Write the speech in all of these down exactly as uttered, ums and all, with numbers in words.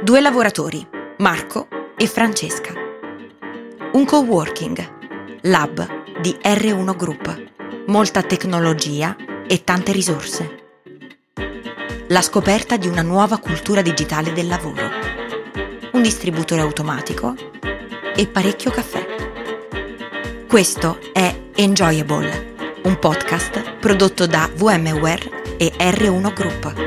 Due lavoratori, Marco e Francesca. Un coworking, Lab di erre uno Group. Molta tecnologia e tante risorse. La scoperta di una nuova cultura digitale del lavoro. Un distributore automatico e parecchio caffè. Questo è Enjoyable, un podcast prodotto da VMware e erre uno Group.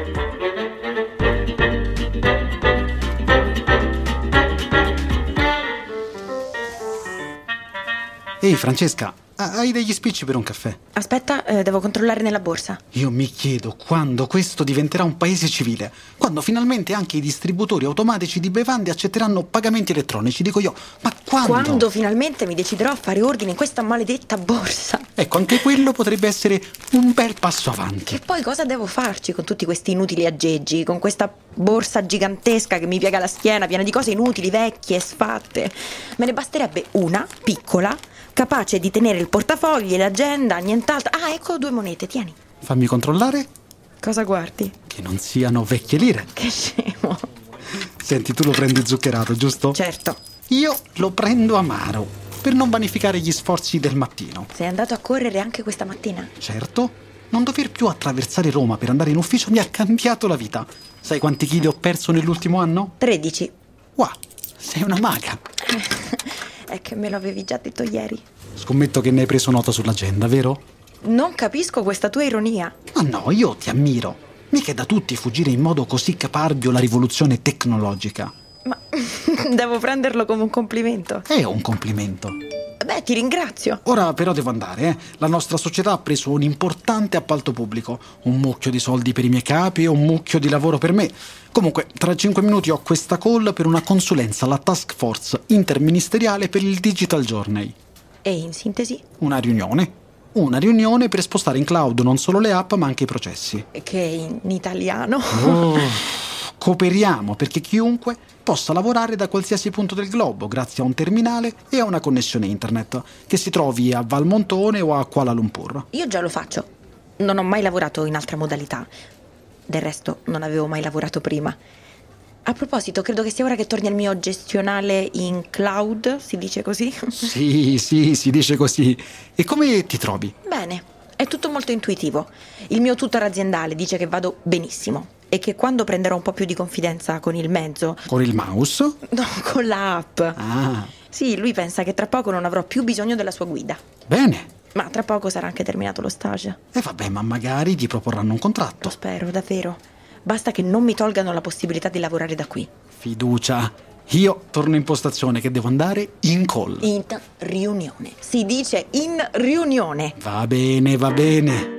Ehi Francesca, hai degli spicci per un caffè? Aspetta, eh, devo controllare nella borsa. Io mi chiedo quando questo diventerà un paese civile, quando finalmente anche i distributori automatici di bevande accetteranno pagamenti elettronici. Dico io, ma quando? Quando finalmente mi deciderò a fare ordine in questa maledetta borsa. Ecco, anche quello potrebbe essere un bel passo avanti. E poi cosa devo farci con tutti questi inutili aggeggi, con questa borsa gigantesca che mi piega la schiena, piena di cose inutili, vecchie, sfatte? Me ne basterebbe una, piccola, capace di tenere il portafogli, l'agenda, nient'altro. Ah, ecco due monete, tieni. Fammi controllare. Cosa guardi? Che non siano vecchie lire. Che scemo. Senti, tu lo prendi zuccherato, giusto? Certo. Io lo prendo amaro, per non vanificare gli sforzi del mattino. Sei andato a correre anche questa mattina? Certo. Non dover più attraversare Roma per andare in ufficio mi ha cambiato la vita. Sai quanti chili ho perso nell'ultimo anno? tredici. Wow, sei una maga. È che me lo avevi già detto ieri. Scommetto che ne hai preso nota sull'agenda, vero? Non capisco questa tua ironia. Ma no, io ti ammiro. Mica è da tutti fuggire in modo così caparbio la rivoluzione tecnologica. Ma devo prenderlo come un complimento. È un complimento. Beh, ti ringrazio. Ora però devo andare, eh. La nostra società ha preso un importante appalto pubblico. Un mucchio di soldi per i miei capi e un mucchio di lavoro per me. Comunque, tra cinque minuti ho questa call per una consulenza alla task force interministeriale per il Digital Journey. E in sintesi? Una riunione. Una riunione per spostare in cloud non solo le app ma anche i processi. Che in italiano? Oh, cooperiamo perché chiunque possa lavorare da qualsiasi punto del globo grazie a un terminale e a una connessione internet, che si trovi a Valmontone o a Kuala Lumpur. Io già lo faccio. Non ho mai lavorato in altra modalità. Del resto non avevo mai lavorato prima. A proposito, credo che sia ora che torni al mio gestionale in cloud, si dice così? Sì, sì, si dice così. E come ti trovi? Bene, è tutto molto intuitivo. Il mio tutor aziendale dice che vado benissimo e che quando prenderò un po' più di confidenza con il mezzo... Con il mouse? No, con la app. Ah. Sì, lui pensa che tra poco non avrò più bisogno della sua guida. Bene. Ma tra poco sarà anche terminato lo stage. E vabbè, ma magari ti proporranno un contratto. Lo spero, davvero. Basta che non mi tolgano la possibilità di lavorare da qui. Fiducia. Io torno in postazione che devo andare in call. In riunione. Si dice in riunione. Va bene, va bene.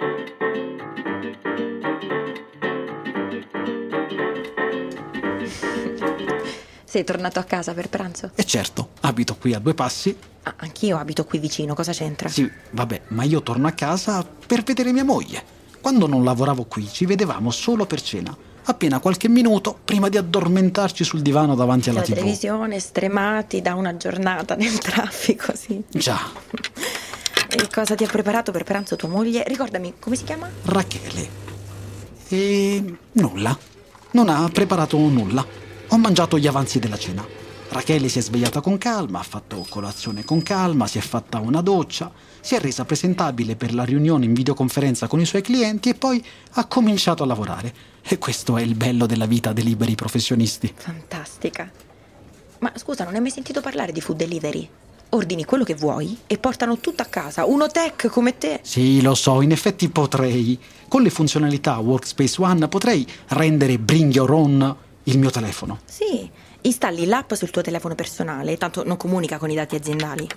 Sei tornato a casa per pranzo? E certo, abito qui a due passi. Ah, anch'io abito qui vicino, cosa c'entra? Sì, vabbè, ma io torno a casa per vedere mia moglie. Quando non lavoravo qui ci vedevamo solo per cena, appena qualche minuto prima di addormentarci sul divano davanti alla La tivù. televisione, stremati da una giornata nel traffico, sì. Già. E cosa ti ha preparato per pranzo tua moglie? Ricordami, come si chiama? Rachele. E nulla. Non ha preparato nulla. Ho mangiato gli avanzi della cena. Rachele si è svegliata con calma, ha fatto colazione con calma, si è fatta una doccia, si è resa presentabile per la riunione in videoconferenza con i suoi clienti e poi ha cominciato a lavorare. E questo è il bello della vita dei liberi professionisti. Fantastica. Ma scusa, non hai mai sentito parlare di food delivery? Ordini quello che vuoi e portano tutto a casa. Uno tech come te. Sì, lo so, in effetti potrei. Con le funzionalità Workspace ONE potrei rendere Bring Your Own il mio telefono. Sì, installi l'app sul tuo telefono personale, tanto non comunica con i dati aziendali.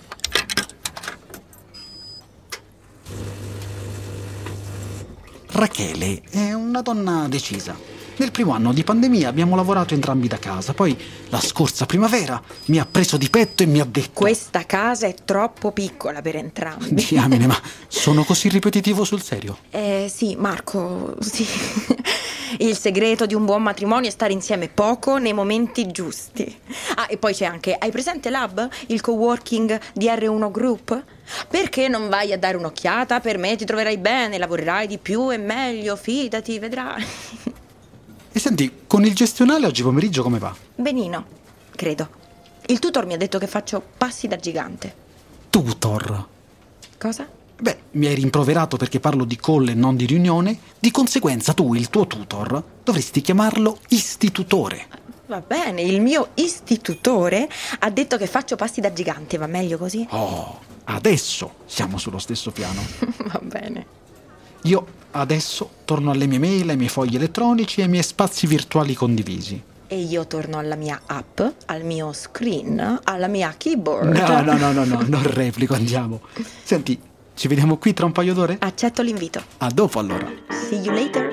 Rachele è una donna decisa. Nel primo anno di pandemia abbiamo lavorato entrambi da casa, poi la scorsa primavera mi ha preso di petto e mi ha detto: questa casa è troppo piccola per entrambi. Diamine, ma sono così ripetitivo sul serio? Eh sì, Marco, sì. Il segreto di un buon matrimonio è stare insieme poco nei momenti giusti. Ah, e poi c'è anche, hai presente Lab? Il coworking di erre uno Group? Perché non vai a dare un'occhiata? Per me ti troverai bene, lavorerai di più e meglio, fidati, vedrai. E senti, con il gestionale oggi pomeriggio come va? Benino, credo. Il tutor mi ha detto che faccio passi da gigante. Tutor? Cosa? Beh, mi hai rimproverato perché parlo di call e non di riunione. Di conseguenza tu, il tuo tutor, dovresti chiamarlo istitutore. Va bene, il mio istitutore ha detto che faccio passi da gigante, va meglio così? Oh, adesso siamo sullo stesso piano. Va bene. Io adesso torno alle mie mail, ai miei fogli elettronici e ai miei spazi virtuali condivisi. E io torno alla mia app, al mio screen, alla mia keyboard. No, no, no, no, no, non replico, andiamo. Senti, ci vediamo qui tra un paio d'ore? Accetto l'invito. A dopo allora. See you later.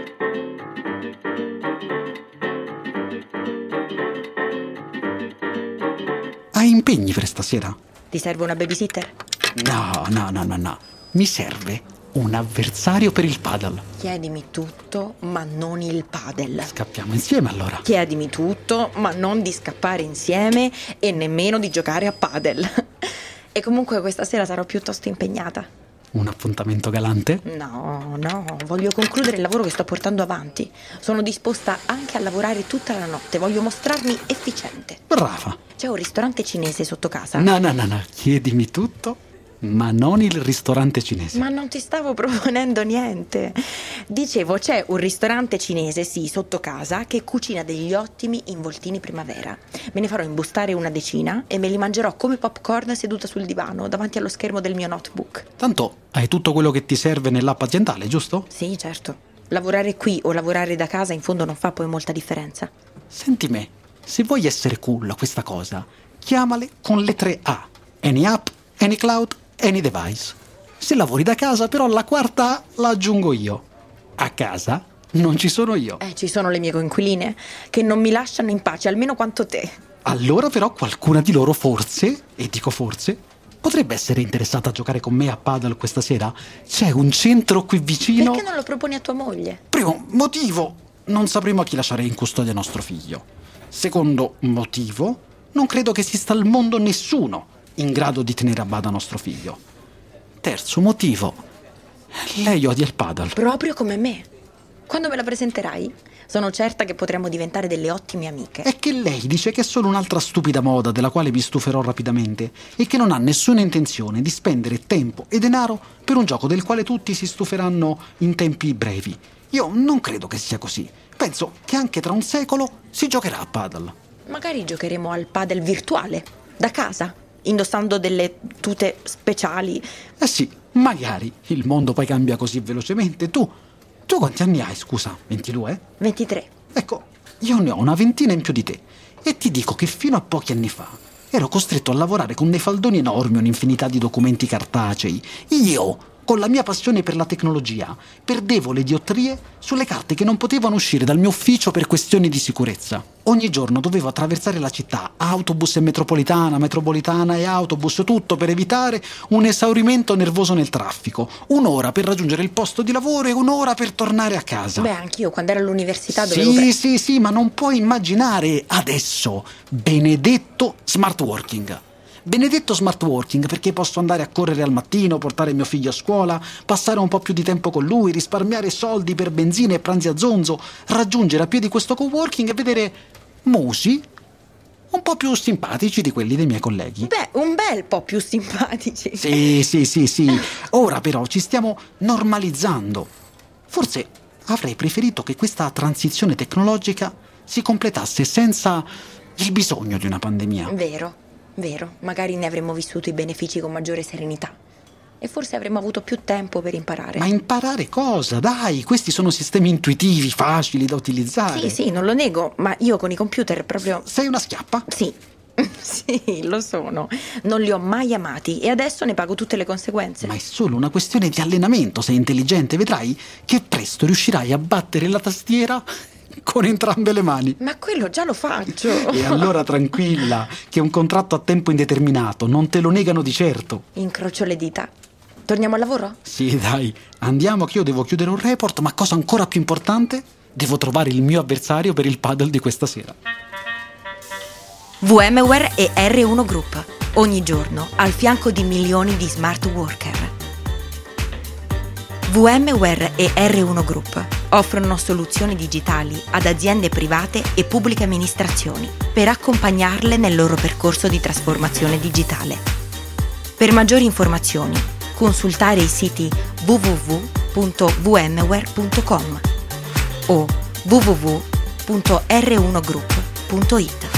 Hai impegni per stasera? Ti serve una babysitter? No, no, no, no, no. Mi serve un avversario per il padel. Chiedimi tutto, ma non il padel. Scappiamo insieme allora. Chiedimi tutto, ma non di scappare insieme e nemmeno di giocare a padel. E comunque questa sera sarò piuttosto impegnata. Un appuntamento galante? No, no, voglio concludere il lavoro che sto portando avanti. Sono disposta anche a lavorare tutta la notte, voglio mostrarmi efficiente. Brava. C'è un ristorante cinese sotto casa? No, no, no, no, chiedimi tutto, ma non il ristorante cinese. Ma non ti stavo proponendo niente. Dicevo, c'è un ristorante cinese, sì, sotto casa, che cucina degli ottimi involtini primavera. Me ne farò imbustare una decina e me li mangerò come popcorn seduta sul divano, davanti allo schermo del mio notebook. Tanto hai tutto quello che ti serve nell'app aziendale, giusto? Sì, certo. Lavorare qui o lavorare da casa in fondo non fa poi molta differenza. Senti me, se vuoi essere cool a questa cosa, chiamale con le tre A. Any app, any cloud, any device. Se lavori da casa, però la quarta A la aggiungo io. A casa non ci sono io. Eh, ci sono le mie coinquiline che non mi lasciano in pace, almeno quanto te. Allora però qualcuna di loro forse, e dico forse, potrebbe essere interessata a giocare con me a padel questa sera. C'è un centro qui vicino. Perché non lo proponi a tua moglie? Primo motivo, non sapremo a chi lasciare in custodia nostro figlio. Secondo motivo, non credo che esista al mondo nessuno in grado di tenere a bada nostro figlio. Terzo motivo, lei odia il padel. Proprio come me. Quando me la presenterai, sono certa che potremmo diventare delle ottime amiche. È che lei dice che è solo un'altra stupida moda della quale mi stuferò rapidamente e che non ha nessuna intenzione di spendere tempo e denaro per un gioco del quale tutti si stuferanno in tempi brevi. Io non credo che sia così. Penso che anche tra un secolo si giocherà a padel. Magari giocheremo al padel virtuale, da casa, indossando delle tute speciali. Eh sì, magari. Il mondo poi cambia così velocemente. Tu, tu quanti anni hai, scusa? ventidue? ventitré. Ecco, io ne ho una ventina in più di te. E ti dico che fino a pochi anni fa ero costretto a lavorare con dei faldoni enormi, un'infinità di documenti cartacei. Io, con la mia passione per la tecnologia, perdevo le diottrie sulle carte che non potevano uscire dal mio ufficio per questioni di sicurezza. Ogni giorno dovevo attraversare la città, autobus e metropolitana, metropolitana e autobus, tutto per evitare un esaurimento nervoso nel traffico. Un'ora per raggiungere il posto di lavoro e un'ora per tornare a casa. Beh, anch'io quando ero all'università dovevo... Sì, pre- sì, sì, ma non puoi immaginare adesso. Benedetto smart working. Benedetto smart working, perché posso andare a correre al mattino, portare mio figlio a scuola, passare un po' più di tempo con lui, risparmiare soldi per benzina e pranzi a zonzo, raggiungere a piedi questo coworking e vedere musi un po' più simpatici di quelli dei miei colleghi. Beh, un bel po' più simpatici. Sì, sì, sì, sì. Ora però ci stiamo normalizzando. Forse avrei preferito che questa transizione tecnologica si completasse senza il bisogno di una pandemia. Vero. Vero, magari ne avremmo vissuto i benefici con maggiore serenità e forse avremmo avuto più tempo per imparare. Ma imparare cosa? Dai, questi sono sistemi intuitivi, facili da utilizzare. Sì, sì, non lo nego, ma io con i computer proprio... Sei una schiappa? Sì, sì, lo sono. Non li ho mai amati e adesso ne pago tutte le conseguenze. Ma è solo una questione di allenamento, sei intelligente, vedrai che presto riuscirai a battere la tastiera con entrambe le mani. Ma quello già lo faccio. E allora tranquilla, che un contratto a tempo indeterminato non te lo negano di certo. Incrocio le dita. Torniamo al lavoro? Sì, dai, andiamo che io devo chiudere un report, ma cosa ancora più importante, devo trovare il mio avversario per il padel di questa sera. VMware e erre uno Group, ogni giorno al fianco di milioni di smart worker. VMware e erre uno Group. Offrono soluzioni digitali ad aziende private e pubbliche amministrazioni per accompagnarle nel loro percorso di trasformazione digitale. Per maggiori informazioni, consultare i siti w w w punto v m ware punto com o w w w punto r uno group punto i t.